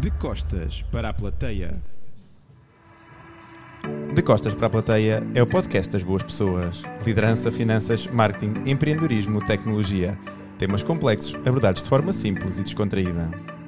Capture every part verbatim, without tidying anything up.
De costas para a plateia. De Costas para a Plateia é o podcast das boas pessoas. Liderança, finanças, marketing, empreendedorismo, tecnologia. Temas complexos abordados de forma simples e descontraída.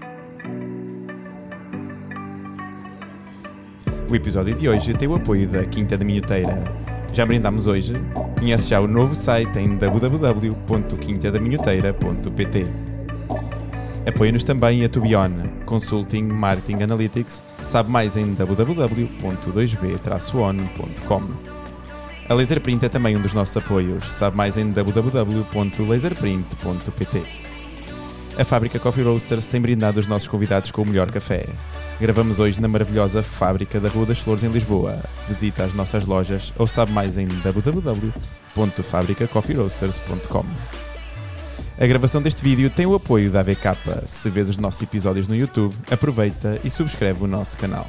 O episódio de hoje tem o apoio da Quinta da Minhoteira. Já brindámos hoje? Conhece já o novo site em w w w ponto quinta da minhoteira ponto p t. Apoia-nos também a Tubion, Consulting Marketing Analytics. Sabe mais em w w w ponto dois b traço on ponto com. A Laserprint é também um dos nossos apoios. Sabe mais em w w w ponto laserprint ponto p t. A Fábrica Coffee Roasters tem brindado os nossos convidados com o melhor café. Gravamos hoje na maravilhosa fábrica da Rua das Flores em Lisboa. Visita as nossas lojas ou sabe mais em w w w ponto fabrica coffee roasters ponto com. A gravação deste vídeo tem o apoio da A V K. Se vês os nossos episódios no YouTube, aproveita e subscreve o nosso canal.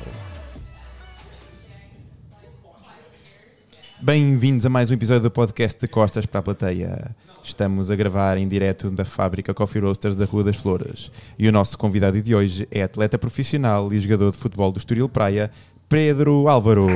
Bem-vindos a mais um episódio do podcast De Costas para a Plateia. Estamos a gravar em direto da Fábrica Coffee Roasters da Rua das Flores. E o nosso convidado de hoje é atleta profissional e jogador de futebol do Estoril Praia, Pedro Álvaro.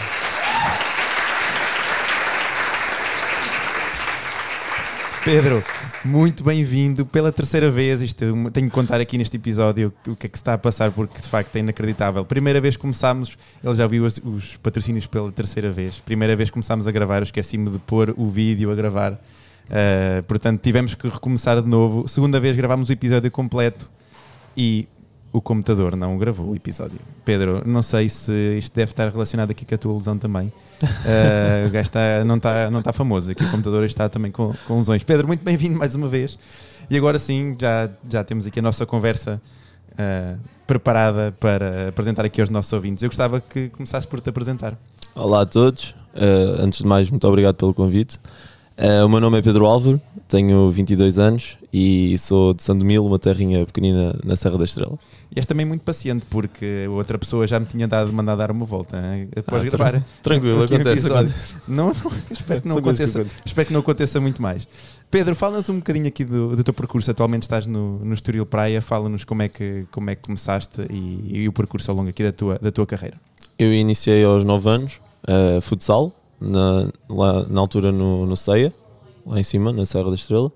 Pedro, muito bem-vindo pela terceira vez. Isto, tenho que contar aqui neste episódio o que é que se está a passar, porque de facto é inacreditável. Primeira vez que começámos, ele já viu os, os patrocínios pela terceira vez. Primeira vez que começámos a gravar, eu esqueci-me de pôr o vídeo a gravar. Uh, portanto, tivemos que recomeçar de novo. Segunda vez gravámos o episódio completo e o computador não gravou o episódio. Pedro, não sei se isto deve estar relacionado aqui com a tua lesão também. Uh, o gajo está, não, está, não está famoso aqui, o computador está também com, com lesões. Pedro, muito bem-vindo mais uma vez. E agora sim, já, já temos aqui a nossa conversa uh, preparada para apresentar aqui aos nossos ouvintes. Eu gostava que começasses por te apresentar. Olá a todos, uh, antes de mais, muito obrigado pelo convite. Uh, o meu nome é Pedro Álvaro, tenho vinte e dois anos e sou de Sandomil, uma terrinha pequenina na Serra da Estrela. E és também muito paciente, porque outra pessoa já me tinha dado, mandado dar uma volta, hein? Após ah, gravar. Tranquilo, acontece, acontece. Não, não, espero, que não aconteça, que espero que não aconteça muito mais. Pedro, fala-nos um bocadinho aqui do, do teu percurso. Atualmente estás no, no Estoril Praia, fala-nos como é que, como é que começaste e, e o percurso ao longo aqui da tua, da tua carreira. Eu iniciei aos nove anos, uh, futsal, na, lá, na altura no, no Ceia, lá em cima, na Serra da Estrela.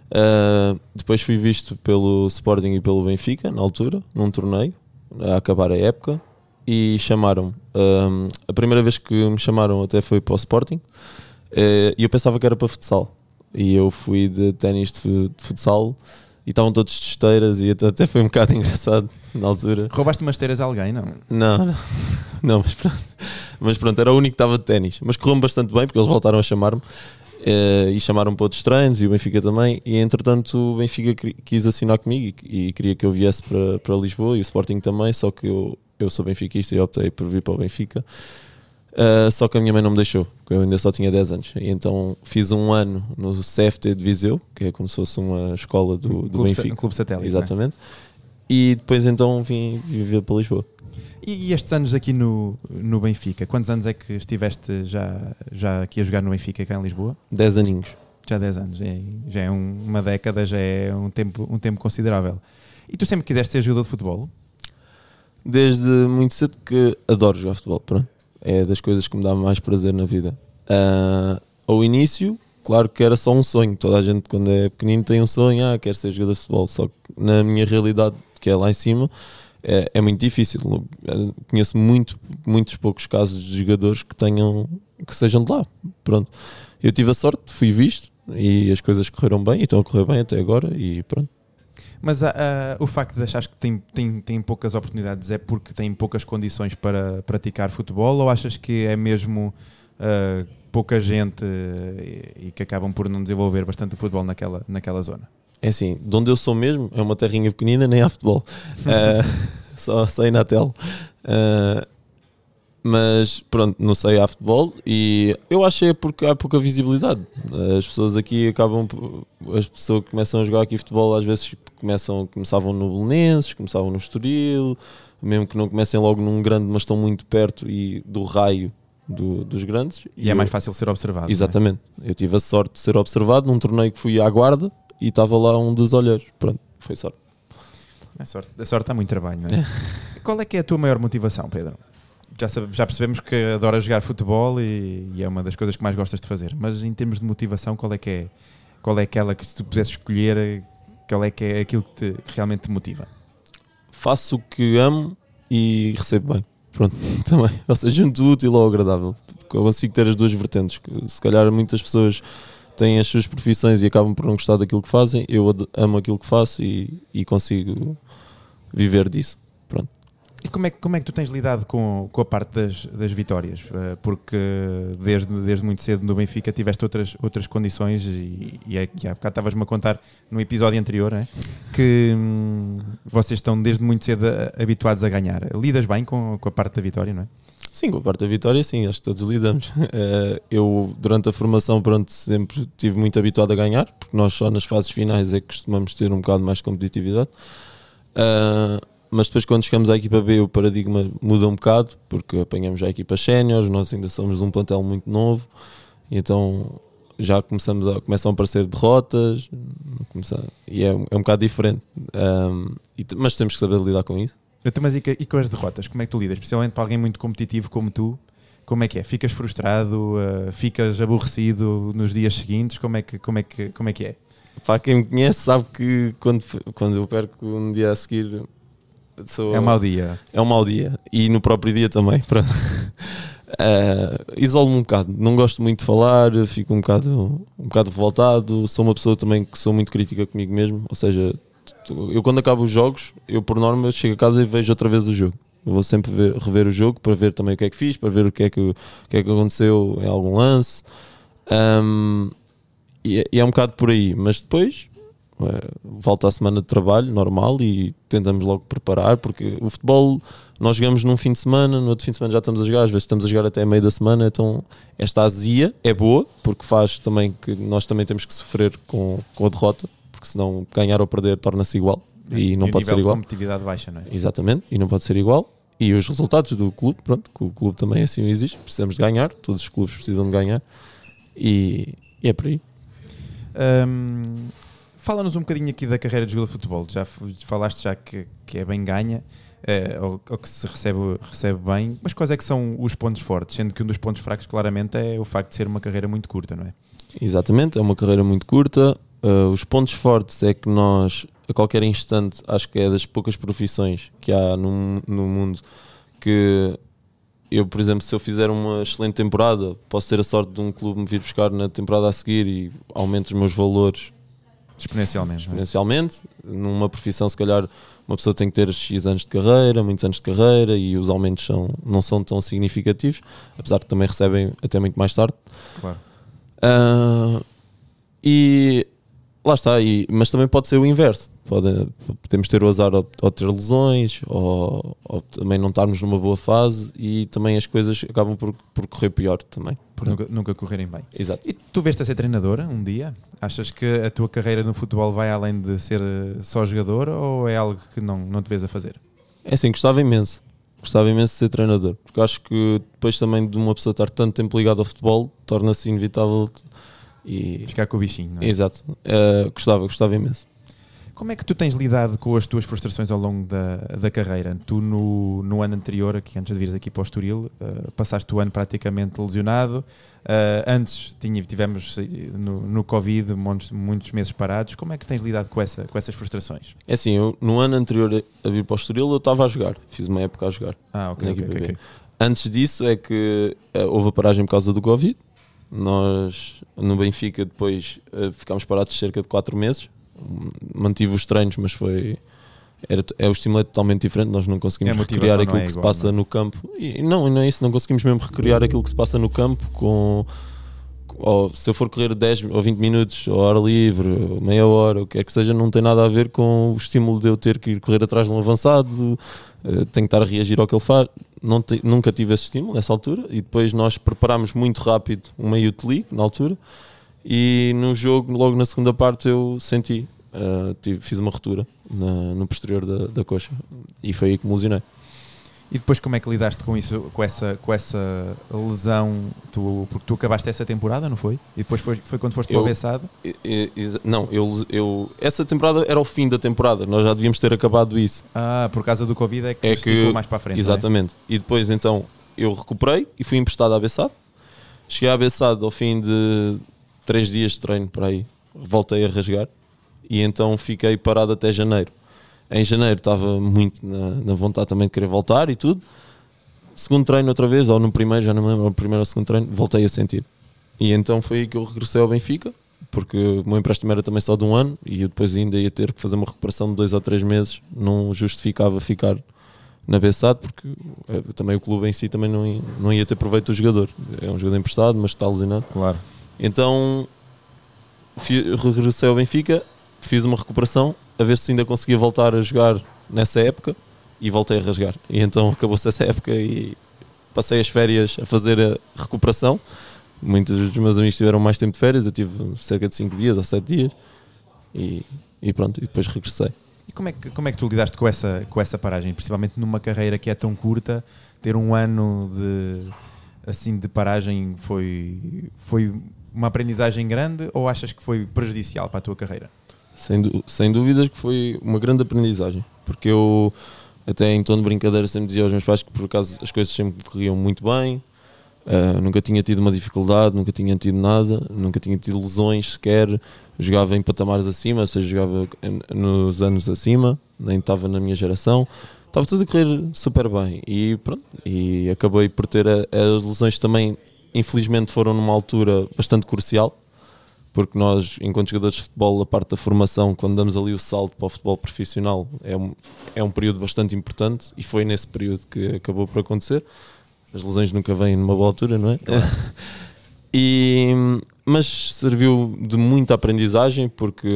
Uh, depois fui visto pelo Sporting e pelo Benfica, na altura, num torneio, a acabar a época, e chamaram-me. Uh, a primeira vez que me chamaram até foi para o Sporting, uh, e eu pensava que era para futsal. E eu fui de ténis de, de futsal, e estavam todos de esteiras, e até foi um bocado engraçado na altura. Roubaste umas esteiras a alguém, não? Não, não, não mas, pronto, mas pronto, era o único que estava de ténis. Mas correu-me bastante bem, porque eles voltaram a chamar-me. Uh, e chamaram para outros treinos e o Benfica também, e entretanto o Benfica quis assinar comigo e, e queria que eu viesse para, para Lisboa, e o Sporting também, só que eu, eu sou benfiquista e optei por vir para o Benfica. Uh, só que a minha mãe não me deixou, porque eu ainda só tinha dez anos, e então fiz um ano no C F T de Viseu, que é como se fosse uma escola do, do clube Benfica, um clube satélite, exatamente, e depois então vim viver para Lisboa. E estes anos aqui no, no Benfica, quantos anos é que estiveste já, já aqui a jogar no Benfica, cá em Lisboa? dez aninhos. Já dez anos, é, já é um, uma década, já é um tempo, um tempo considerável. E tu sempre quiseste ser jogador de futebol? Desde muito cedo que adoro jogar futebol, pronto. É das coisas que me dá mais prazer na vida. Uh, ao início, claro que era só um sonho. Toda a gente, quando é pequenino, tem um sonho, ah, quero ser jogador de futebol. Só que na minha realidade, que é lá em cima, É, é muito difícil. Eu conheço muito, muitos poucos casos de jogadores que tenham, que sejam de lá. Pronto. Eu tive a sorte, fui visto e as coisas correram bem e estão a correr bem até agora e pronto. Mas uh, uh, o facto de achares que tem, tem, tem poucas oportunidades é porque tem poucas condições para praticar futebol, ou achas que é mesmo uh, pouca gente e, e que acabam por não desenvolver bastante o futebol naquela, naquela zona? É assim, de onde eu sou mesmo, é uma terrinha pequenina, nem há futebol. Uh, só, só aí na tela. Uh, mas pronto, não sei, há futebol e eu acho que é porque há pouca visibilidade. As pessoas aqui acabam, as pessoas que começam a jogar aqui futebol às vezes começam, começavam no Belenenses, começavam no Estoril, mesmo que não comecem logo num grande, mas estão muito perto e do raio do, dos grandes. E, e é eu, mais fácil ser observado. Exatamente. É? Eu tive a sorte de ser observado num torneio que fui à Guarda e estava lá um dos olheiros. Pronto, foi sorte. A sorte, a sorte dá muito trabalho, não é? Qual é que é a tua maior motivação, Pedro? Já, sabe, já percebemos que adoras jogar futebol e, e é uma das coisas que mais gostas de fazer, mas em termos de motivação, qual é que é, qual é aquela que se tu pudesses escolher, qual é que é aquilo que, te, que realmente te motiva? Faço o que amo e recebo bem. Pronto, também. Ou seja, junto o útil ao agradável. Eu consigo ter as duas vertentes. Que, se calhar muitas pessoas têm as suas profissões e acabam por não gostar daquilo que fazem. Eu amo aquilo que faço e, e consigo viver disso. Pronto. E como é, como é que tu tens lidado com, com a parte das, das vitórias? Porque desde, desde muito cedo no Benfica tiveste outras, outras condições e, e é que há bocado estavas-me a contar no episódio anterior, é? Que hum, vocês estão desde muito cedo habituados a ganhar. Lidas bem com, com a parte da vitória, não é? Sim, com a parte da vitória, sim, acho que todos lidamos. Eu, durante a formação, pronto, sempre estive muito habituado a ganhar, porque nós só nas fases finais é que costumamos ter um bocado mais de competitividade. Uh, mas depois quando chegamos à equipa B o paradigma muda um bocado, porque apanhamos já a equipa sénior, nós ainda somos um plantel muito novo, e então já começamos a, começam a aparecer derrotas, começa, e é, é um bocado diferente, um, e, mas temos que saber lidar com isso. Então, mas e, e com as derrotas, como é que tu lidas? Especialmente para alguém muito competitivo como tu, como é que é? Ficas frustrado, uh, ficas aborrecido nos dias seguintes, como é que, como é que, como é, que é? Para quem me conhece sabe que quando, quando eu perco um dia a seguir sou, é um mau dia. É um mau dia. E no próprio dia também. uh, isolo-me um bocado. Não gosto muito de falar, fico um bocado, um bocado revoltado. Sou uma pessoa também que sou muito crítica comigo mesmo. Ou seja, eu quando acabo os jogos, eu por norma chego a casa e vejo outra vez o jogo. Eu vou sempre ver, rever o jogo para ver também o que é que fiz, para ver o que é que, o que, é que aconteceu em algum lance. Um, e, e é um bocado por aí. Mas depois... volta a semana de trabalho normal e tentamos logo preparar, porque o futebol nós jogamos num fim de semana, no outro fim de semana já estamos a jogar, às vezes estamos a jogar até a meio da semana, então esta azia é boa, porque faz também que nós também temos que sofrer com, com a derrota, porque senão ganhar ou perder torna-se igual e, e não pode ser igual. De competitividade baixa, não é? Exatamente, e não pode ser igual. E os resultados do clube, pronto, que o clube também assim existe, precisamos de ganhar, todos os clubes precisam de ganhar e, e é por aí. Um... Fala-nos um bocadinho aqui da carreira de jogador de futebol. Já falaste já que, que é bem ganha, é, ou, ou que se recebe, recebe bem, mas quais é que são os pontos fortes? Sendo que um dos pontos fracos claramente é o facto de ser uma carreira muito curta, não é? Exatamente, é uma carreira muito curta. Uh, os pontos fortes é que nós, a qualquer instante, acho que é das poucas profissões que há no, no mundo que eu, por exemplo, se eu fizer uma excelente temporada, posso ter a sorte de um clube me vir buscar na temporada a seguir e aumento os meus valores exponencialmente. Exponencialmente. Numa profissão, se calhar, uma pessoa tem que ter X anos de carreira, muitos anos de carreira, e os aumentos são, não são tão significativos, apesar que também recebem até muito mais tarde. Claro. Uh, e lá está, e, mas também pode ser o inverso. Pode, podemos ter o azar ou, ou ter lesões, ou, ou também não estarmos numa boa fase, e também as coisas acabam por, por correr pior também. Por nunca, nunca correrem bem. Exato. E tu veste a ser treinadora um dia? Achas que a tua carreira no futebol vai além de ser só jogador, ou é algo que não, não te vês a fazer? É assim, gostava imenso. Gostava imenso de ser treinador, porque acho que depois também de uma pessoa estar tanto tempo ligada ao futebol, torna-se inevitável e... ficar com o bichinho, não é? Exato. Uh, gostava, gostava imenso. Como é que tu tens lidado com as tuas frustrações ao longo da, da carreira? Tu no, no ano anterior, aqui, antes de vires aqui para o Estoril, uh, passaste o ano praticamente lesionado. Uh, antes tinha, tivemos no, no Covid muitos, muitos meses parados. Como é que tens lidado com, essa, com essas frustrações? É assim, eu, no ano anterior a vir para o Estoril eu estava a jogar. Fiz uma época a jogar. Ah, ok, ok, okay, okay. Antes disso é que uh, houve a paragem por causa do Covid. Nós no Benfica depois uh, ficámos parados cerca de quatro meses. Mantive os treinos, mas foi era, é o estímulo é totalmente diferente. Nós não conseguimos é recriar aquilo é que igual, se passa não? no campo e não, não é isso, não conseguimos mesmo recriar aquilo que se passa no campo com, ou, se eu for correr dez ou vinte minutos ou hora livre, ou meia hora, o que é que seja, não tem nada a ver com o estímulo de eu ter que ir correr atrás de um avançado, uh, tenho que estar a reagir ao que ele faz. Não te, nunca tive esse estímulo nessa altura, e depois nós preparámos muito rápido uma Youth League na altura. E no jogo, logo na segunda parte, eu senti, uh, tive, fiz uma ruptura na, no posterior da, da coxa, e foi aí que me lesionei. E depois como é que lidaste com isso, com essa, com essa lesão? Tu, porque tu acabaste essa temporada, não foi? E depois foi, foi quando foste para o Bessade? Não, eu, eu, essa temporada era o fim da temporada, nós já devíamos ter acabado isso. Ah, por causa do Covid é que, é que ficou mais para a frente. Exatamente. Não é? E depois então eu recuperei e fui emprestado à Bessade. Cheguei à Bessade ao fim de três dias de treino para aí, voltei a rasgar e então fiquei parado até janeiro. Em janeiro estava muito na, na vontade também de querer voltar e tudo. Segundo treino outra vez, ou no primeiro, já não me lembro, no primeiro ou segundo treino, voltei a sentir. E então foi aí que eu regressei ao Benfica, porque o meu empréstimo era também só de um ano e eu depois ainda ia ter que fazer uma recuperação de dois ou três meses. Não justificava ficar na Bessade, porque também o clube em si também não ia, não ia ter proveito do jogador. É um jogador emprestado, mas está lesionado. Claro. Então fui, regressei ao Benfica, fiz uma recuperação, a ver se ainda conseguia voltar a jogar nessa época e voltei a rasgar. E então acabou-se essa época e passei as férias a fazer a recuperação. Muitos dos meus amigos tiveram mais tempo de férias, eu tive cerca de cinco dias ou sete dias e, e pronto, e depois regressei. E como é que, como é que tu lidaste com essa, com essa paragem? Principalmente numa carreira que é tão curta, ter um ano de, assim, de paragem foi, foi uma aprendizagem grande ou achas que foi prejudicial para a tua carreira? Sem, sem dúvidas que foi uma grande aprendizagem, porque eu até em tom de brincadeira sempre dizia aos meus pais que por acaso as coisas sempre corriam muito bem, uh, nunca tinha tido uma dificuldade, nunca tinha tido nada, nunca tinha tido lesões sequer, jogava em patamares acima, ou seja, jogava nos anos acima, nem estava na minha geração, estava tudo a correr super bem e pronto, e acabei por ter a, as lesões também, infelizmente foram numa altura bastante crucial, porque nós, enquanto jogadores de futebol, a parte da formação, quando damos ali o salto para o futebol profissional, é um, é um período bastante importante e foi nesse período que acabou por acontecer. As lesões nunca vêm numa boa altura, não é? Claro. E, mas serviu de muita aprendizagem porque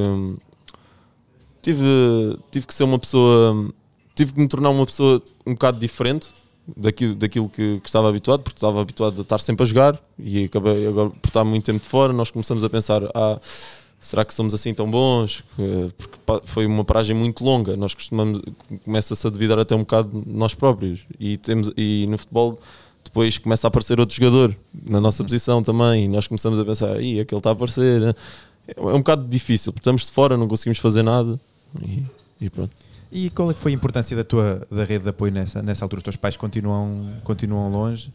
tive, tive que ser uma pessoa, tive que me tornar uma pessoa um bocado diferente daquilo, daquilo que, que estava habituado, porque estava habituado a estar sempre a jogar e acabei agora por estar muito tempo de fora. Nós começamos a pensar, ah, será que somos assim tão bons? Porque foi uma paragem muito longa, nós costumamos, começa-se a duvidar até um bocado de nós próprios e, temos, e no futebol depois começa a aparecer outro jogador na nossa posição também e nós começamos a pensar, ih, aquele está a aparecer, é um bocado difícil, porque estamos de fora, não conseguimos fazer nada e, e pronto. E qual é que foi a importância da tua da rede de apoio nessa, nessa altura? Os teus pais continuam, continuam longe.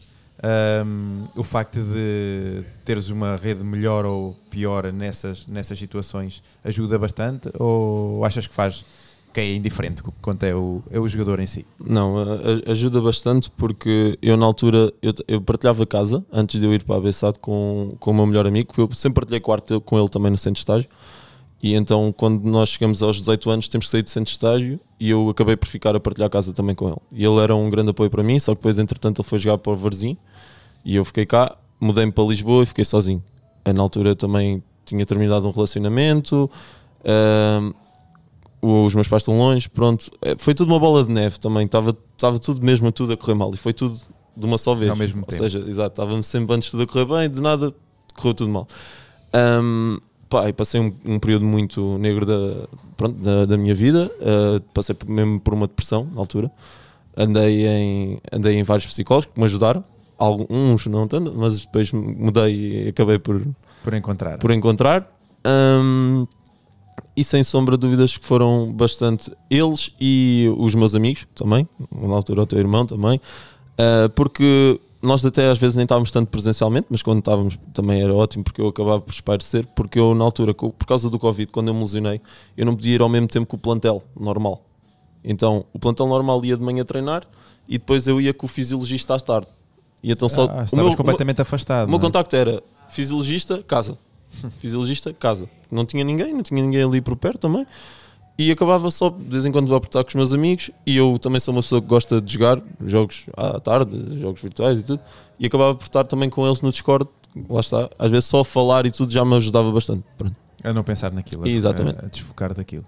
Um, o facto de teres uma rede melhor ou pior nessas, nessas situações ajuda bastante? Ou achas que faz que é indiferente quanto é o, é o jogador em si? Não, ajuda bastante porque eu na altura eu, eu partilhava casa antes de eu ir para a Bessade com, com o meu melhor amigo, eu sempre partilhei quarto com ele também no centro de estágio. E então quando nós chegamos aos dezoito anos temos que sair do centro de estágio e eu acabei por ficar a partilhar a casa também com ele. E ele era um grande apoio para mim, só que depois entretanto ele foi jogar para o Varzim e eu fiquei cá, mudei-me para Lisboa e fiquei sozinho. Eu, na altura também tinha terminado um relacionamento, uh, os meus pais estão longe, pronto. Foi tudo uma bola de neve também, estava, estava tudo mesmo tudo a correr mal e foi tudo de uma só vez. Ao mesmo Ou tempo. seja, exato, estávamos sempre antes tudo a correr bem, de nada correu tudo mal. Um, Pá, e passei um, um período muito negro da, pronto, da, da minha vida, uh, passei mesmo por uma depressão na altura, andei em, andei em vários psicólogos que me ajudaram, alguns não tanto, mas depois mudei e acabei por, por encontrar. Por encontrar. Um, e sem sombra de dúvidas que foram bastante eles e os meus amigos também, na altura o teu irmão também, uh, porque nós até às vezes nem estávamos tanto presencialmente, mas quando estávamos também era ótimo porque eu acabava por espairecer, porque eu na altura, por causa do Covid, quando eu me lesionei, eu não podia ir ao mesmo tempo que o plantel normal. Então o plantel normal ia de manhã treinar e depois eu ia com o fisiologista à tarde. E então só, ah, o meu, completamente o meu, afastado. O meu é? contacto era fisiologista, casa. Fisiologista, casa. Não tinha ninguém, não tinha ninguém ali por perto também. E acabava só, de vez em quando, a apertar com os meus amigos. E eu também sou uma pessoa que gosta de jogar jogos à tarde, jogos virtuais e tudo. E acabava por estar também com eles no Discord. Lá está. Às vezes só falar e tudo já me ajudava bastante. Pronto. A não pensar naquilo. A, Exatamente. A, a desfocar daquilo.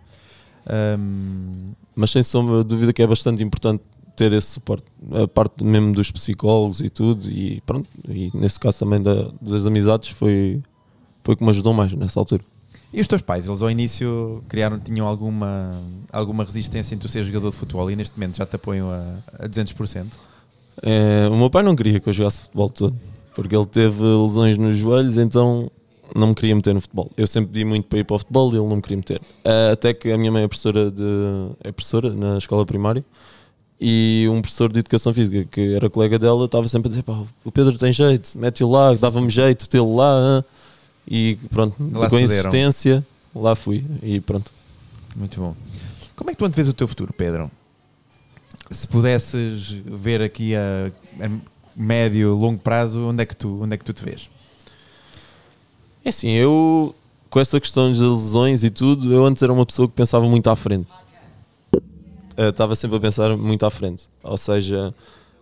Um... Mas sem sombra de dúvida que é bastante importante ter esse suporte. A parte mesmo dos psicólogos e tudo. E pronto. E nesse caso também da, das amizades foi, foi que me ajudou mais nessa altura. E os teus pais, eles ao início criaram, tinham alguma, alguma resistência em tu ser jogador de futebol e neste momento já te apoiam a, a duzentos por cento? É, o meu pai não queria que eu jogasse futebol todo, porque ele teve lesões nos joelhos, então não me queria meter no futebol. Eu sempre pedi muito para ir para o futebol e ele não me queria meter. Até que a minha mãe é professora, de, é professora na escola primária e um professor de educação física que era colega dela estava sempre a dizer: pá, o Pedro tem jeito, mete-o lá, dava-me jeito, tê-lo lá. Hein? E pronto, Lá com cederam. insistência, lá fui e pronto. Muito bom. Como é que tu antevês o teu futuro, Pedro? Se pudesses ver aqui a, a médio, longo prazo, onde é, que tu, onde é que tu te vês? É assim, eu com essa questão das lesões e tudo, eu antes era uma pessoa que pensava muito à frente. Uh, estava sempre a pensar muito à frente. Ou seja,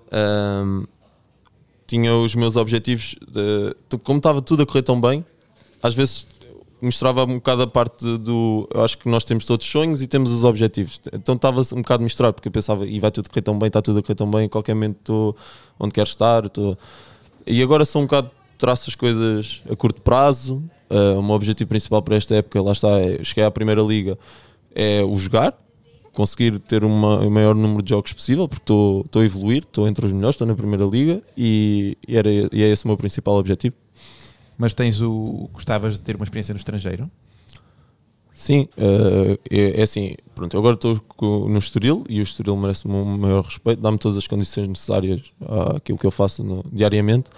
um, tinha os meus objetivos, de, como estava tudo a correr tão bem, às vezes mostrava um bocado a parte do... Eu acho que nós temos todos sonhos e temos os objetivos. Então estava um bocado misturado, porque eu pensava, e vai tudo correr tão bem, está tudo a correr tão bem, em qualquer momento estou onde quero estar. Estou... E agora sou um bocado, traço as coisas a curto prazo. Uh, o meu objetivo principal para esta época, lá está, é, cheguei à Primeira Liga, é o jogar, conseguir ter uma, o maior número de jogos possível, porque estou, estou a evoluir, estou entre os melhores, estou na Primeira Liga e, e, era, e é esse o meu principal objetivo. Mas tens o... gostavas de ter uma experiência no estrangeiro? Sim, uh, é, é assim, pronto, eu agora estou no Estoril e o Estoril merece-me um maior respeito, dá-me todas as condições necessárias àquilo que eu faço no, diariamente,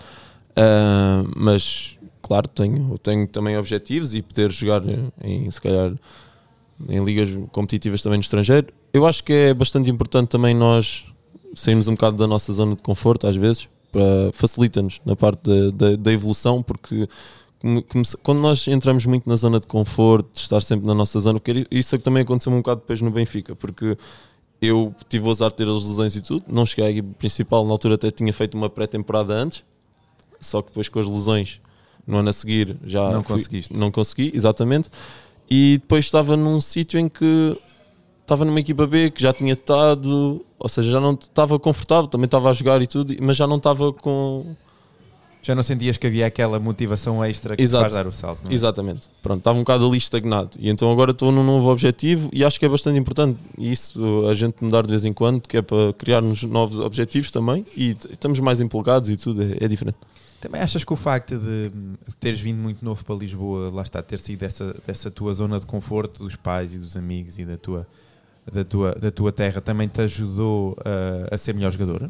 uh, mas claro, tenho, tenho também objetivos e poder jogar em, se calhar, em ligas competitivas também no estrangeiro. Eu acho que é bastante importante também nós sairmos um bocado da nossa zona de conforto às vezes, para, facilita-nos na parte da, da, da evolução, porque como, como, quando nós entramos muito na zona de conforto, de estar sempre na nossa zona, porque isso é que também aconteceu um bocado depois no Benfica, porque eu tive o azar de ter as lesões e tudo, não cheguei à equipe principal, na altura até tinha feito uma pré-temporada antes, só que depois com as lesões no ano a seguir já não fui, conseguiste. Não consegui, exatamente, e depois estava num sítio em que estava numa equipa B que já tinha estado, ou seja, já não estava confortável, também estava a jogar e tudo, mas já não estava com... Já não sentias que havia aquela motivação extra que Exato. te faz dar o salto, não é? Exatamente. Pronto, estava um bocado ali estagnado. E então agora estou num novo objetivo e acho que é bastante importante isso, a gente mudar de vez em quando, que é para criarmos novos objetivos também e t- estamos mais empolgados e tudo, é, é diferente. Também achas que o facto de, de teres vindo muito novo para Lisboa, lá está, ter sido dessa, dessa tua zona de conforto dos pais e dos amigos e da tua, da tua, da tua terra, também te ajudou a, a ser melhor jogador?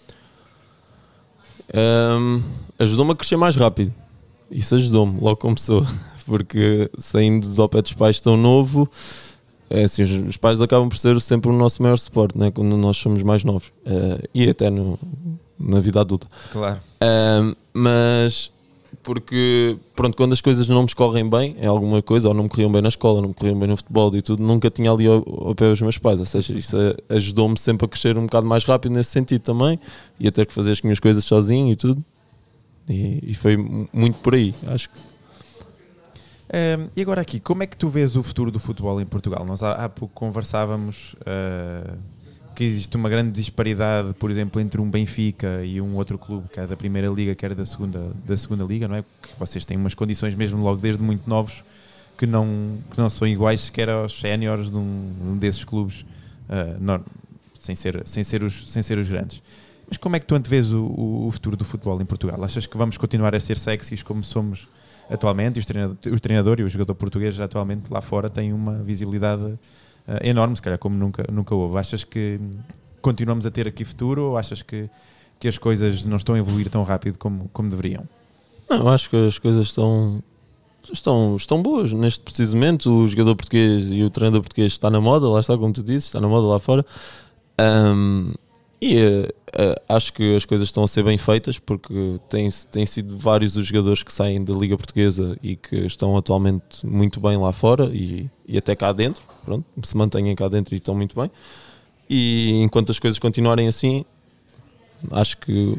Um, ajudou-me a crescer mais rápido. Isso ajudou-me logo como pessoa, porque saindo ao pé dos pais tão novo, é assim, os, os pais acabam por ser sempre o nosso maior suporte, né, quando nós somos mais novos, uh, e até no, na vida adulta. Claro. Um, mas porque pronto, quando as coisas não me escorrem bem em alguma coisa, ou não me corriam bem na escola, não me corriam bem no futebol e tudo, nunca tinha ali ao, ao pé os meus pais, ou seja, isso ajudou-me sempre a crescer um bocado mais rápido nesse sentido também, e a ter que fazer as minhas coisas sozinho e tudo, e, e foi muito por aí, acho que. Um, e agora aqui, como é que tu vês o futuro do futebol em Portugal? Nós há, há pouco conversávamos uh, que existe uma grande disparidade, por exemplo, entre um Benfica e um outro clube, quer da Primeira Liga, quer da Segunda, da segunda Liga, não é? Porque vocês têm umas condições mesmo logo desde muito novos que não, que não são iguais sequer aos séniores de um, um desses clubes, uh, não, sem, ser, sem, ser os, sem ser os grandes. Mas como é que tu antevês o, o, o futuro do futebol em Portugal? Achas que vamos continuar a ser sexys como somos atualmente? E os treinador, o treinador e o jogador português atualmente lá fora têm uma visibilidade uh, enorme, se calhar como nunca, nunca houve. Achas que continuamos a ter aqui futuro ou achas que, que as coisas não estão a evoluir tão rápido como, como deveriam? Não, acho que as coisas estão, estão, estão boas neste preciso momento. O jogador português e o treinador português está na moda, lá está, como tu dizes, está na moda lá fora. Um, e uh, uh, acho que as coisas estão a ser bem feitas, porque têm tem sido vários os jogadores que saem da Liga Portuguesa e que estão atualmente muito bem lá fora e, e até cá dentro, pronto, se mantêm cá dentro e estão muito bem. E enquanto as coisas continuarem assim, acho que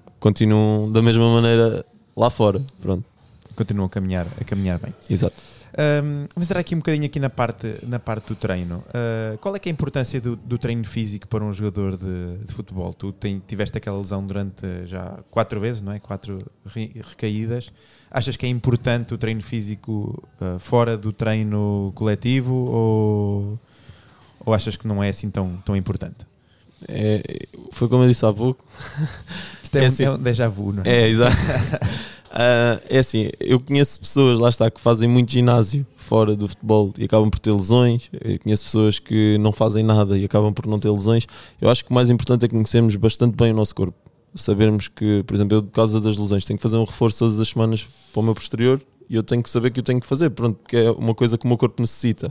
continuam da mesma maneira lá fora, pronto. Continuam a caminhar, a caminhar bem. Exato. Um, vamos entrar aqui um bocadinho aqui na parte, na parte do treino. Uh, qual é que é a importância do, do treino físico para um jogador de, de futebol? Tu tem, tiveste aquela lesão durante já quatro vezes, não é? Quatro re, recaídas. Achas que é importante o treino físico uh, fora do treino coletivo ou, ou achas que não é assim tão, tão importante? É, foi como eu disse há pouco. Isto é, é um, assim, é um déjà vu, não é? É, exato. Uh, é assim, eu conheço pessoas, lá está, que fazem muito ginásio fora do futebol e acabam por ter lesões. Eu conheço pessoas que não fazem nada e acabam por não ter lesões. Eu acho que o mais importante é conhecermos bastante bem o nosso corpo. Sabermos que, por exemplo, eu, por causa das lesões, tenho que fazer um reforço todas as semanas para o meu posterior e eu tenho que saber que eu tenho que fazer, pronto, porque é uma coisa que o meu corpo necessita.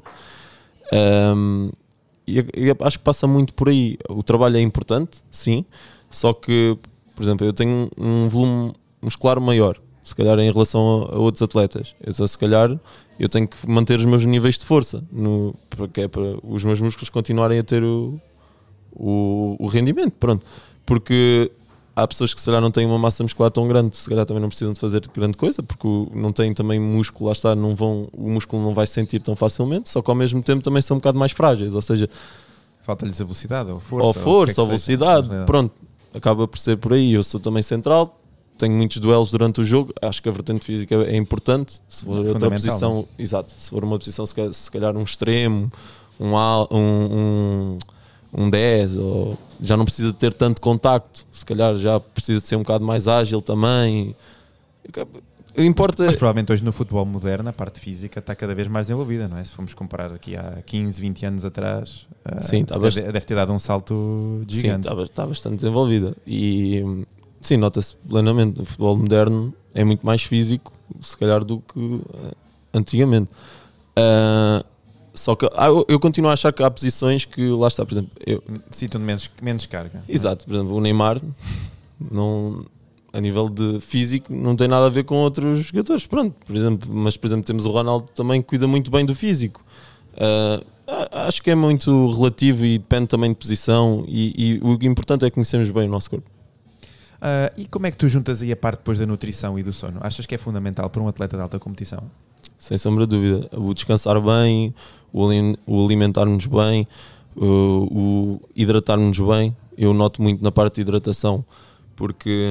Um, e, e acho que passa muito por aí. O trabalho é importante, sim, só que, por exemplo, eu tenho um volume muscular maior, se calhar em relação a, a outros atletas. Então, se calhar eu tenho que manter os meus níveis de força, no, porque é para os meus músculos continuarem a ter o, o, o rendimento, pronto. Porque há pessoas que se calhar não têm uma massa muscular tão grande, se calhar também não precisam de fazer grande coisa, porque não têm também músculo, lá está, não vão, o músculo não vai se sentir tão facilmente, só que ao mesmo tempo também são um bocado mais frágeis, ou seja... Falta-lhes a velocidade, ou força. Ou força, ou, ou velocidade, pronto, acaba por ser por aí. Eu sou também central, tenho muitos duelos durante o jogo, acho que a vertente física é importante. Se for outra posição, não? Exato, se for uma posição, se calhar, se calhar um extremo, um, um, um, um dez, ou já não precisa ter tanto contacto, se calhar já precisa de ser um bocado mais ágil também. Importa... Mas provavelmente hoje no futebol moderno a parte física está cada vez mais desenvolvida, não é? Se formos comparar aqui há quinze, vinte anos atrás, sim, uh, deve, bast... deve ter dado um salto gigante. Sim, está, está bastante desenvolvida e sim, nota-se plenamente, o futebol moderno é muito mais físico, se calhar, do que uh, antigamente. Uh, só que ah, eu, eu continuo a achar que há posições que, lá está, por exemplo... Eu... Citam menos, menos carga. Exato, por exemplo, o Neymar não... a nível de físico não tem nada a ver com outros jogadores, pronto, por exemplo, mas por exemplo temos o Ronaldo também que cuida muito bem do físico. Uh, acho que é muito relativo e depende também de posição e, e o importante é conhecermos bem o nosso corpo. Uh, e como é que tu juntas aí a parte depois da nutrição e do sono? Achas que é fundamental para um atleta de alta competição? Sem sombra de dúvida, o descansar bem, o, o alimentar-nos bem, o, o hidratar-nos bem. Eu noto muito na parte de hidratação, porque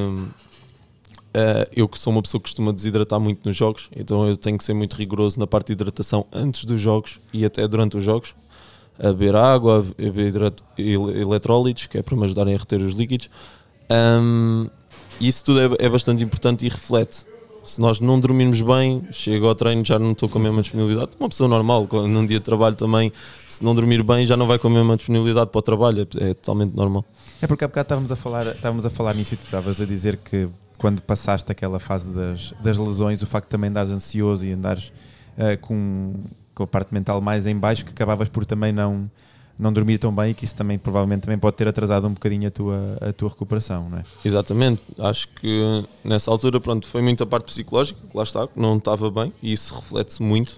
Uh, eu que sou uma pessoa que costuma desidratar muito nos jogos, então eu tenho que ser muito rigoroso na parte de hidratação antes dos jogos e até durante os jogos, a beber água, a beber hidrato, eletrólitos, que é para me ajudarem a reter os líquidos. Um, isso tudo é, é bastante importante e reflete. Se nós não dormirmos bem, chego ao treino, já não estou com a mesma disponibilidade. Uma pessoa normal, num dia de trabalho também, se não dormir bem, já não vai com a mesma disponibilidade para o trabalho, é, é totalmente normal. É porque há bocado estávamos a falar, estávamos a falar nisso e tu estavas a dizer que quando passaste aquela fase das, das lesões, o facto de também andares ansioso e andares uh, com, com a parte mental mais em baixo, que acabavas por também não, não dormir tão bem e que isso também provavelmente também pode ter atrasado um bocadinho a tua, a tua recuperação, não é? Exatamente, acho que nessa altura pronto, foi muito a parte psicológica, que lá está, que não estava bem e isso reflete-se muito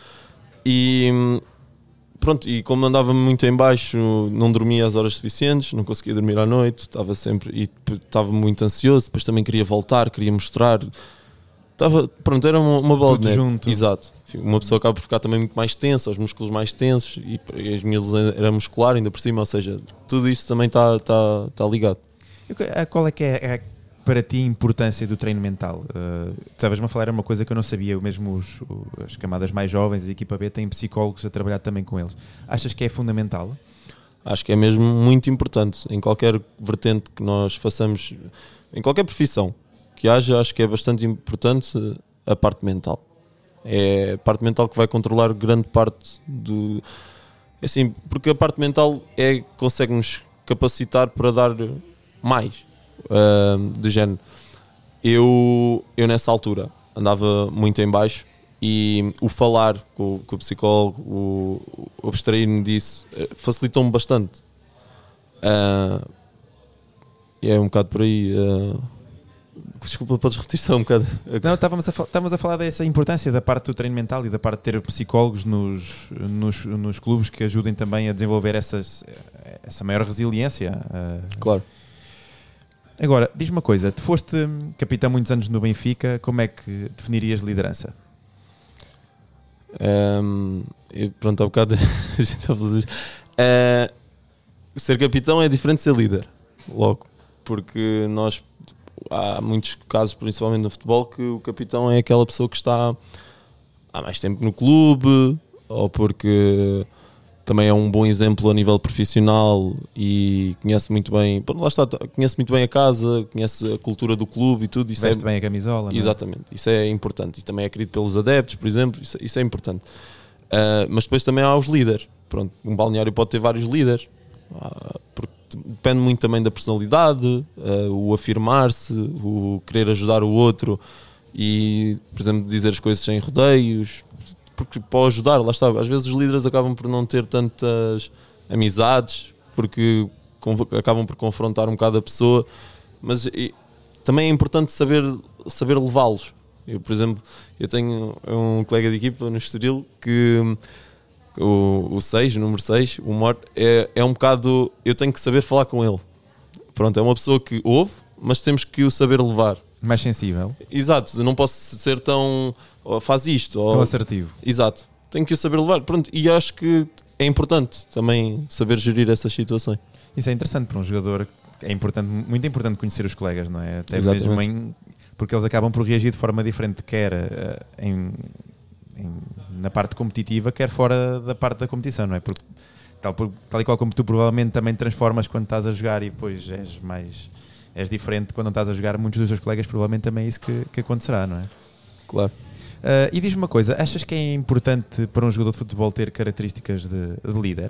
e pronto, e como andava muito em baixo, não dormia as horas suficientes, não conseguia dormir à noite, estava sempre e estava muito ansioso, depois também queria voltar, queria mostrar, estava, pronto, era uma, uma bola de neve. Junto. Exato, uma pessoa acaba por ficar também muito mais tensa, os músculos mais tensos e, e as minhas lesões eram muscular ainda por cima, ou seja, tudo isso também está tá, tá ligado. Qual é que é a para ti a importância do treino mental? Uh, tu estavas-me a falar, era uma coisa que eu não sabia, mesmo os, as camadas mais jovens, a equipa B, têm psicólogos a trabalhar também com eles. Achas que é fundamental? Acho que é mesmo muito importante, em qualquer vertente que nós façamos, em qualquer profissão que haja, acho que é bastante importante a parte mental. É a parte mental que vai controlar grande parte do... Assim, porque a parte mental é consegue-nos capacitar para dar mais. Uh, do género, eu, eu nessa altura andava muito em baixo e o falar com, com o psicólogo, o, o abstrair-me disso facilitou-me bastante. Uh, e é um bocado por aí. Uh, desculpa, podes repetir só um bocado? Não, estávamos a, estávamos a falar dessa importância da parte do treino mental e da parte de ter psicólogos nos, nos, nos clubes que ajudem também a desenvolver essas, essa maior resiliência. Uh, claro. Agora, diz-me uma coisa, tu foste capitão muitos anos no Benfica, como é que definirias liderança? Um, e pronto, há bocado a gente já falou isso. Uh, ser capitão é diferente de ser líder, logo, porque nós há muitos casos, principalmente no futebol, que o capitão é aquela pessoa que está há mais tempo no clube, ou porque também é um bom exemplo a nível profissional e conhece muito bem, lá está, conhece muito bem a casa, conhece a cultura do clube e tudo. Isso Veste é, bem a camisola. exatamente, não é? Isso é importante. E também é querido pelos adeptos, por exemplo, isso, isso é importante. Uh, mas depois também há os líderes. Pronto, um balneário pode ter vários líderes, uh, porque depende muito também da personalidade, uh, o afirmar-se, o querer ajudar o outro e, por exemplo, dizer as coisas sem rodeios, porque pode ajudar, lá está. Às vezes os líderes acabam por não ter tantas amizades, porque acabam por confrontar um bocado a pessoa, mas e, também é importante saber, saber levá-los. Eu, por exemplo, eu tenho um colega de equipa no Estoril que o seis, o número seis, o Mor, é, é um bocado, eu tenho que saber falar com ele. Pronto, é uma pessoa que ouve, mas temos que o saber levar. Mais sensível. Exato, eu não posso ser tão, oh, faz isto. Tão ou, assertivo. Exato, tenho que o saber levar. Pronto, e acho que é importante também saber gerir essas situações. Isso é interessante para um jogador, é importante, muito importante conhecer os colegas, não é? Até Exatamente. mesmo em, porque eles acabam por reagir de forma diferente, quer uh, em, em, na parte competitiva, quer fora da parte da competição, não é? Porque tal, tal e qual como tu provavelmente também transformas quando estás a jogar e depois és mais... és diferente quando não estás a jogar, muitos dos teus colegas provavelmente também é isso que, que acontecerá, não é? Claro. Uh, e diz-me uma coisa, achas que é importante para um jogador de futebol ter características de, de líder?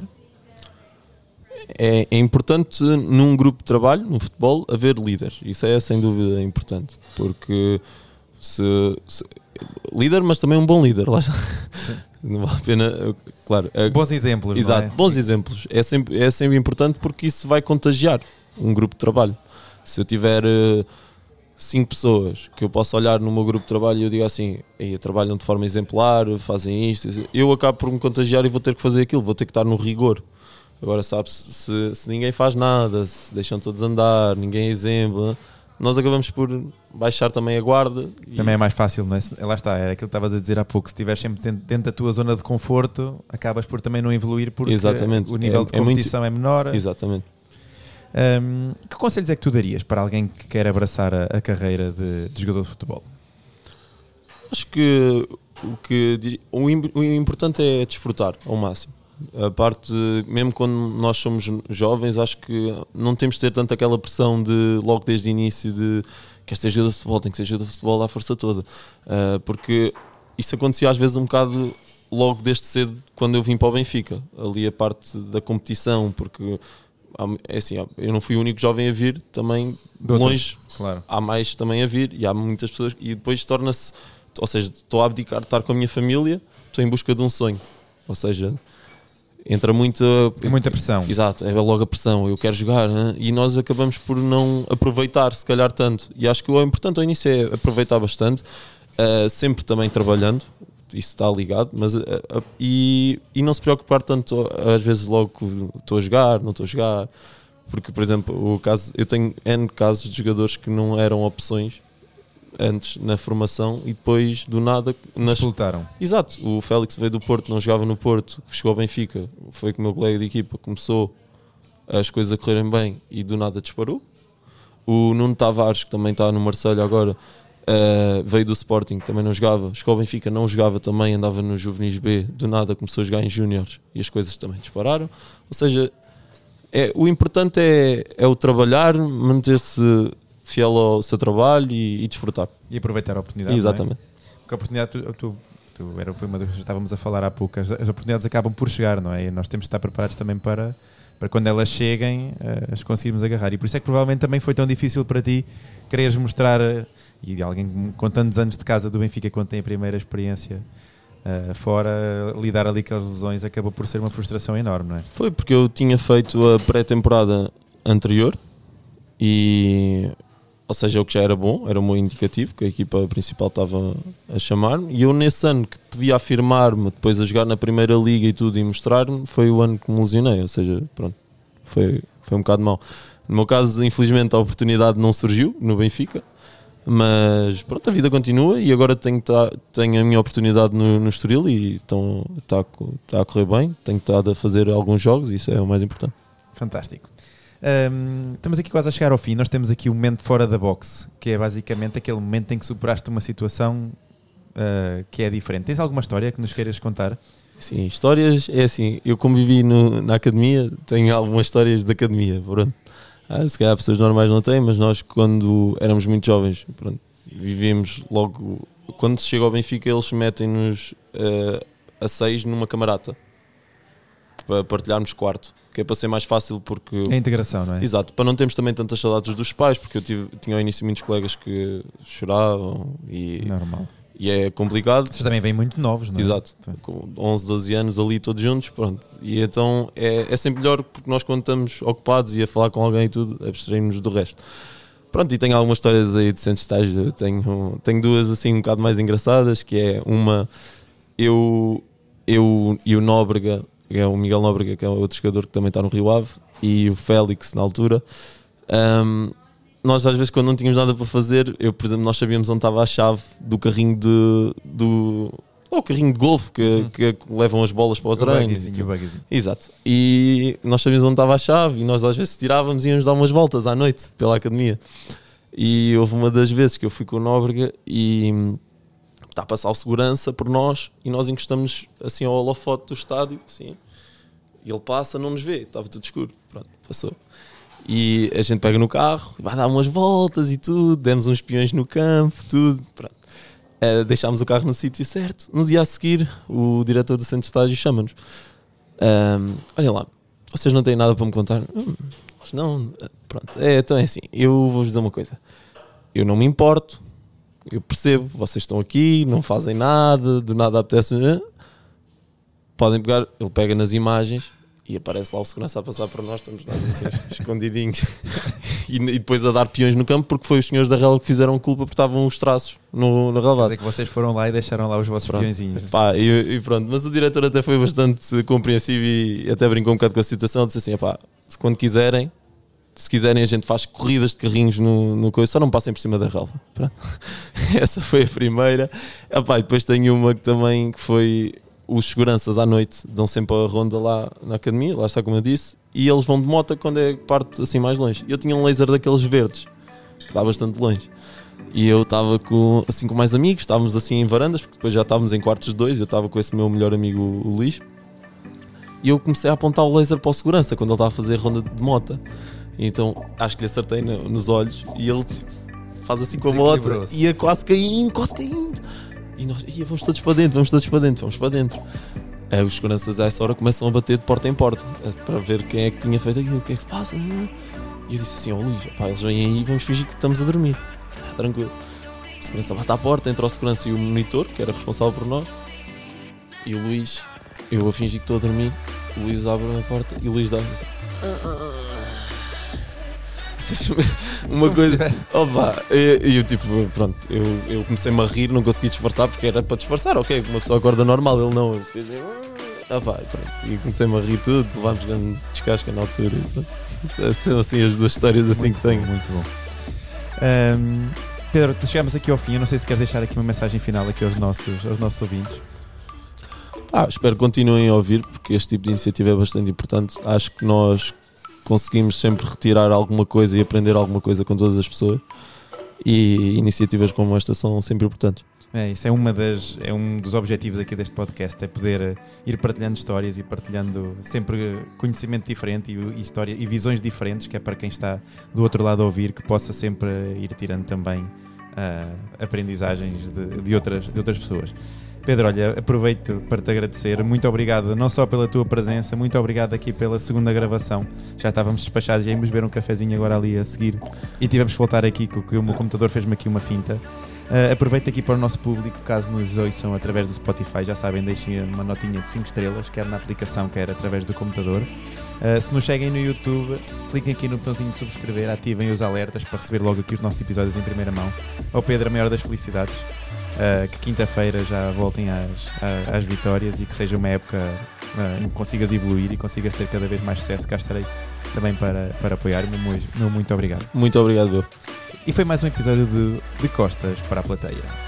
É, é importante num grupo de trabalho, no futebol, haver líderes. Isso é sem dúvida importante, porque se, se, líder, mas também um bom líder, lá está. Não vale a pena, claro. É, bons exemplos, exato, não é? Bons exemplos. É sempre, é sempre importante porque isso vai contagiar um grupo de trabalho. Se eu tiver uh, cinco pessoas que eu posso olhar no meu grupo de trabalho e eu digo assim, trabalham de forma exemplar, fazem isto, eu acabo por me contagiar e vou ter que fazer aquilo, vou ter que estar no rigor. Agora, sabe-se, se, se ninguém faz nada, se deixam todos andar, ninguém é exemplo, nós acabamos por baixar também a guarda. E... também é mais fácil, não é? Lá está, era aquilo que estavas a dizer há pouco, se estiveres sempre dentro da tua zona de conforto, acabas por também não evoluir porque Exatamente. o nível é, de competição é, muito... é menor. Exatamente. Um, que conselhos é que tu darias para alguém que quer abraçar a, a carreira de, de jogador de futebol? Acho que o, que diria, o, o importante é desfrutar ao máximo. A parte, mesmo quando nós somos jovens, acho que não temos de ter tanto aquela pressão de logo desde o início de quer ser jogador de futebol, tem que ser jogador de futebol à força toda, uh, porque isso acontecia às vezes um bocado logo desde cedo quando eu vim para o Benfica, ali a parte da competição, porque é assim, eu não fui o único jovem a vir, também de longe, claro. Há mais também a vir e há muitas pessoas, e depois torna-se, ou seja, estou a abdicar de estar com a minha família, estou em busca de um sonho, ou seja, entra muita, muita pressão. Exato, é logo a pressão, eu quero jogar, hein? E nós acabamos por não aproveitar se calhar tanto, e acho que o importante ao início é aproveitar bastante, uh, sempre também trabalhando, isso está ligado, mas uh, uh, e, e não se preocupar tanto às vezes logo estou a jogar, não estou a jogar, porque por exemplo o caso, eu tenho N casos de jogadores que não eram opções antes na formação e depois do nada nas... Explutaram. Exato, o Félix veio do Porto, não jogava no Porto, chegou ao Benfica, foi com o meu colega de equipa, começou as coisas a correrem bem e do nada disparou. O Nuno Tavares, que também está no Marselha agora, uh, veio do Sporting, também não jogava, chegou ao Benfica, não jogava também, andava no Juvenis B, do nada começou a jogar em Júniores e as coisas também dispararam. Ou seja, é, o importante é, é o trabalhar, manter-se fiel ao seu trabalho e, e desfrutar. E aproveitar a oportunidade. Exatamente. Não é? Porque a oportunidade, tu, tu, tu, era, foi uma das que estávamos a falar há pouco, as, as oportunidades acabam por chegar, não é? E nós temos de estar preparados também para, para quando elas cheguem, uh, as conseguirmos agarrar. E por isso é que provavelmente também foi tão difícil para ti quereres mostrar, uh, e alguém com tantos anos de casa do Benfica, quando tem a primeira experiência uh, fora, uh, lidar ali com as lesões, acabou por ser uma frustração enorme, não é? Foi porque eu tinha feito a pré-temporada anterior e... ou seja, o que já era bom, era um bom indicativo, que a equipa principal estava a chamar-me, e eu nesse ano que podia afirmar-me, depois a jogar na Primeira Liga e tudo, e mostrar-me, foi o ano que me lesionei, ou seja, pronto, foi, foi um bocado mau. No meu caso, infelizmente, a oportunidade não surgiu no Benfica, Mas pronto, a vida continua e agora tenho, tá, tenho a minha oportunidade no, no Estoril e está tá a correr bem. Tenho estado a fazer alguns jogos e isso é o mais importante. Fantástico. Um, estamos aqui quase a chegar ao fim. Nós temos aqui o momento fora da box, que é basicamente aquele momento em que superaste uma situação uh, que é diferente. Tens alguma história que nos queiras contar? Sim, histórias é assim, eu como vivi no, na academia, tenho algumas histórias da academia, pronto. Ah, se calhar pessoas normais não têm, mas nós quando éramos muito jovens, pronto, vivíamos logo, quando se chega ao Benfica eles metem-nos uh, a seis numa camarata para partilharmos quarto, que é para ser mais fácil porque... A integração, não é? Exato, para não termos também tantas saudades dos pais, porque eu tive, tinha ao início muitos colegas que choravam e... Normal. E é complicado. Vocês também vêm muito novos, não é? Exato, com onze, doze anos ali todos juntos, pronto. E então é, é sempre melhor porque nós quando estamos ocupados e a falar com alguém e tudo, abstraímos do resto. Pronto, e tenho algumas histórias aí de centro de estágio, tenho, tenho duas assim um bocado mais engraçadas, que é uma, eu, eu e o Nóbrega, que é o Miguel Nóbrega, que é outro jogador que também está no Rio Ave, e o Félix na altura, um, nós às vezes quando não tínhamos nada para fazer, eu por exemplo, nós sabíamos onde estava a chave do carrinho de do oh, o carrinho de golfe que, uhum. que levam as bolas para o, o treino. Buggyzinho, o buggyzinho. Exato. E nós sabíamos onde estava a chave e nós às vezes tirávamos e íamos dar umas voltas à noite pela academia. E houve uma das vezes que eu fui com o Nóbrega e está a passar o segurança por nós e nós encostamos assim ao holofote do estádio, assim, e ele passa, não nos vê, estava tudo escuro. Pronto, passou. E a gente pega no carro, vai dar umas voltas e tudo, demos uns peões no campo, tudo, pronto. Uh, deixámos o carro no sítio certo. No dia a seguir, o diretor do centro de estágio chama-nos. Um, olhem lá, vocês não têm nada para me contar? Hum, não, pronto, é, então é assim, eu vou-vos dizer uma coisa. Eu não me importo, eu percebo, vocês estão aqui, não fazem nada, de nada apetece. Podem pegar, ele pega nas imagens. E aparece lá o segurança a passar por nós, estamos lá assim, escondidinhos. E, e depois a dar peões no campo, porque foi os senhores da relva que fizeram culpa, porque estavam os traços no, na relvada. É que vocês foram lá e deixaram lá os vossos pronto. peõezinhos. Pá, e, e pronto, mas o diretor até foi bastante compreensivo e até brincou um bocado com a situação. Disse assim, pá, se quando quiserem, se quiserem a gente faz corridas de carrinhos no, no coisa, só não passem por cima da relva. Pronto. Essa foi a primeira. Epá, e depois tenho uma que também que foi... Os seguranças à noite dão sempre a ronda lá na academia, lá está como eu disse, e eles vão de moto quando é parte assim mais longe. Eu tinha um laser daqueles verdes, que dá bastante longe. E eu estava com, assim, com mais amigos, estávamos assim em varandas, porque depois já estávamos em quartos de dois, eu estava com esse meu melhor amigo, o Luís, e eu comecei a apontar o laser para o segurança, quando ele estava a fazer a ronda de moto. E então acho que lhe acertei no, nos olhos, e ele tipo, faz assim com a moto, ia quase caindo, quase caindo. E nós, ia, vamos todos para dentro, vamos todos para dentro, vamos para dentro. Aí os seguranças a essa hora começam a bater de porta em porta para ver quem é que tinha feito aquilo, o que é que se passa. E eu disse assim, ó oh, Luís, pá, eles vêm aí, vamos fingir que estamos a dormir. Ah, tranquilo. O segurança bate à porta, entra o segurança e o monitor, que era responsável por nós. E o Luís, eu a fingir que estou a dormir, o Luís abre a porta e o Luís dá assim, uma coisa, opa, e eu tipo, pronto, eu, eu comecei-me a rir, não consegui disfarçar porque era para disfarçar, ok, uma pessoa acorda normal, ele não, ah, pá, e comecei-me a rir tudo, levámos grande descasca na altura, são assim as duas histórias assim muito que tenho. Bom, muito bom. Um, Pedro, chegamos aqui ao fim, eu não sei se queres deixar aqui uma mensagem final aqui aos nossos, aos nossos ouvintes. Ah, espero que continuem a ouvir porque este tipo de iniciativa é bastante importante, acho que nós conseguimos sempre retirar alguma coisa e aprender alguma coisa com todas as pessoas e iniciativas como esta são sempre importantes. É, isso é, uma das, é um dos objetivos aqui deste podcast, é poder ir partilhando histórias e partilhando sempre conhecimento diferente e, e, história, e visões diferentes, que é para quem está do outro lado a ouvir, que possa sempre ir tirando também uh, aprendizagens de, de, outras, de outras pessoas. Pedro, olha, aproveito para te agradecer, muito obrigado não só pela tua presença, muito obrigado aqui pela segunda gravação, já estávamos despachados e íamos beber um cafezinho agora ali a seguir e tivemos que voltar aqui porque o meu computador fez-me aqui uma finta. Uh, aproveito aqui para o nosso público, caso nos ouçam através do Spotify, já sabem, deixem uma notinha de cinco estrelas, quer na aplicação, quer através do computador. Uh, se nos seguem no YouTube, cliquem aqui no botãozinho de subscrever, ativem os alertas para receber logo aqui os nossos episódios em primeira mão. Ao Pedro, a maior das felicidades. Uh, que quinta-feira já voltem às, às vitórias e que seja uma época uh, em que consigas evoluir e consigas ter cada vez mais sucesso. Cá estarei também para, para apoiar. Meu, meu muito obrigado. Muito obrigado, eu. E foi mais um episódio de De Costas para a Plateia.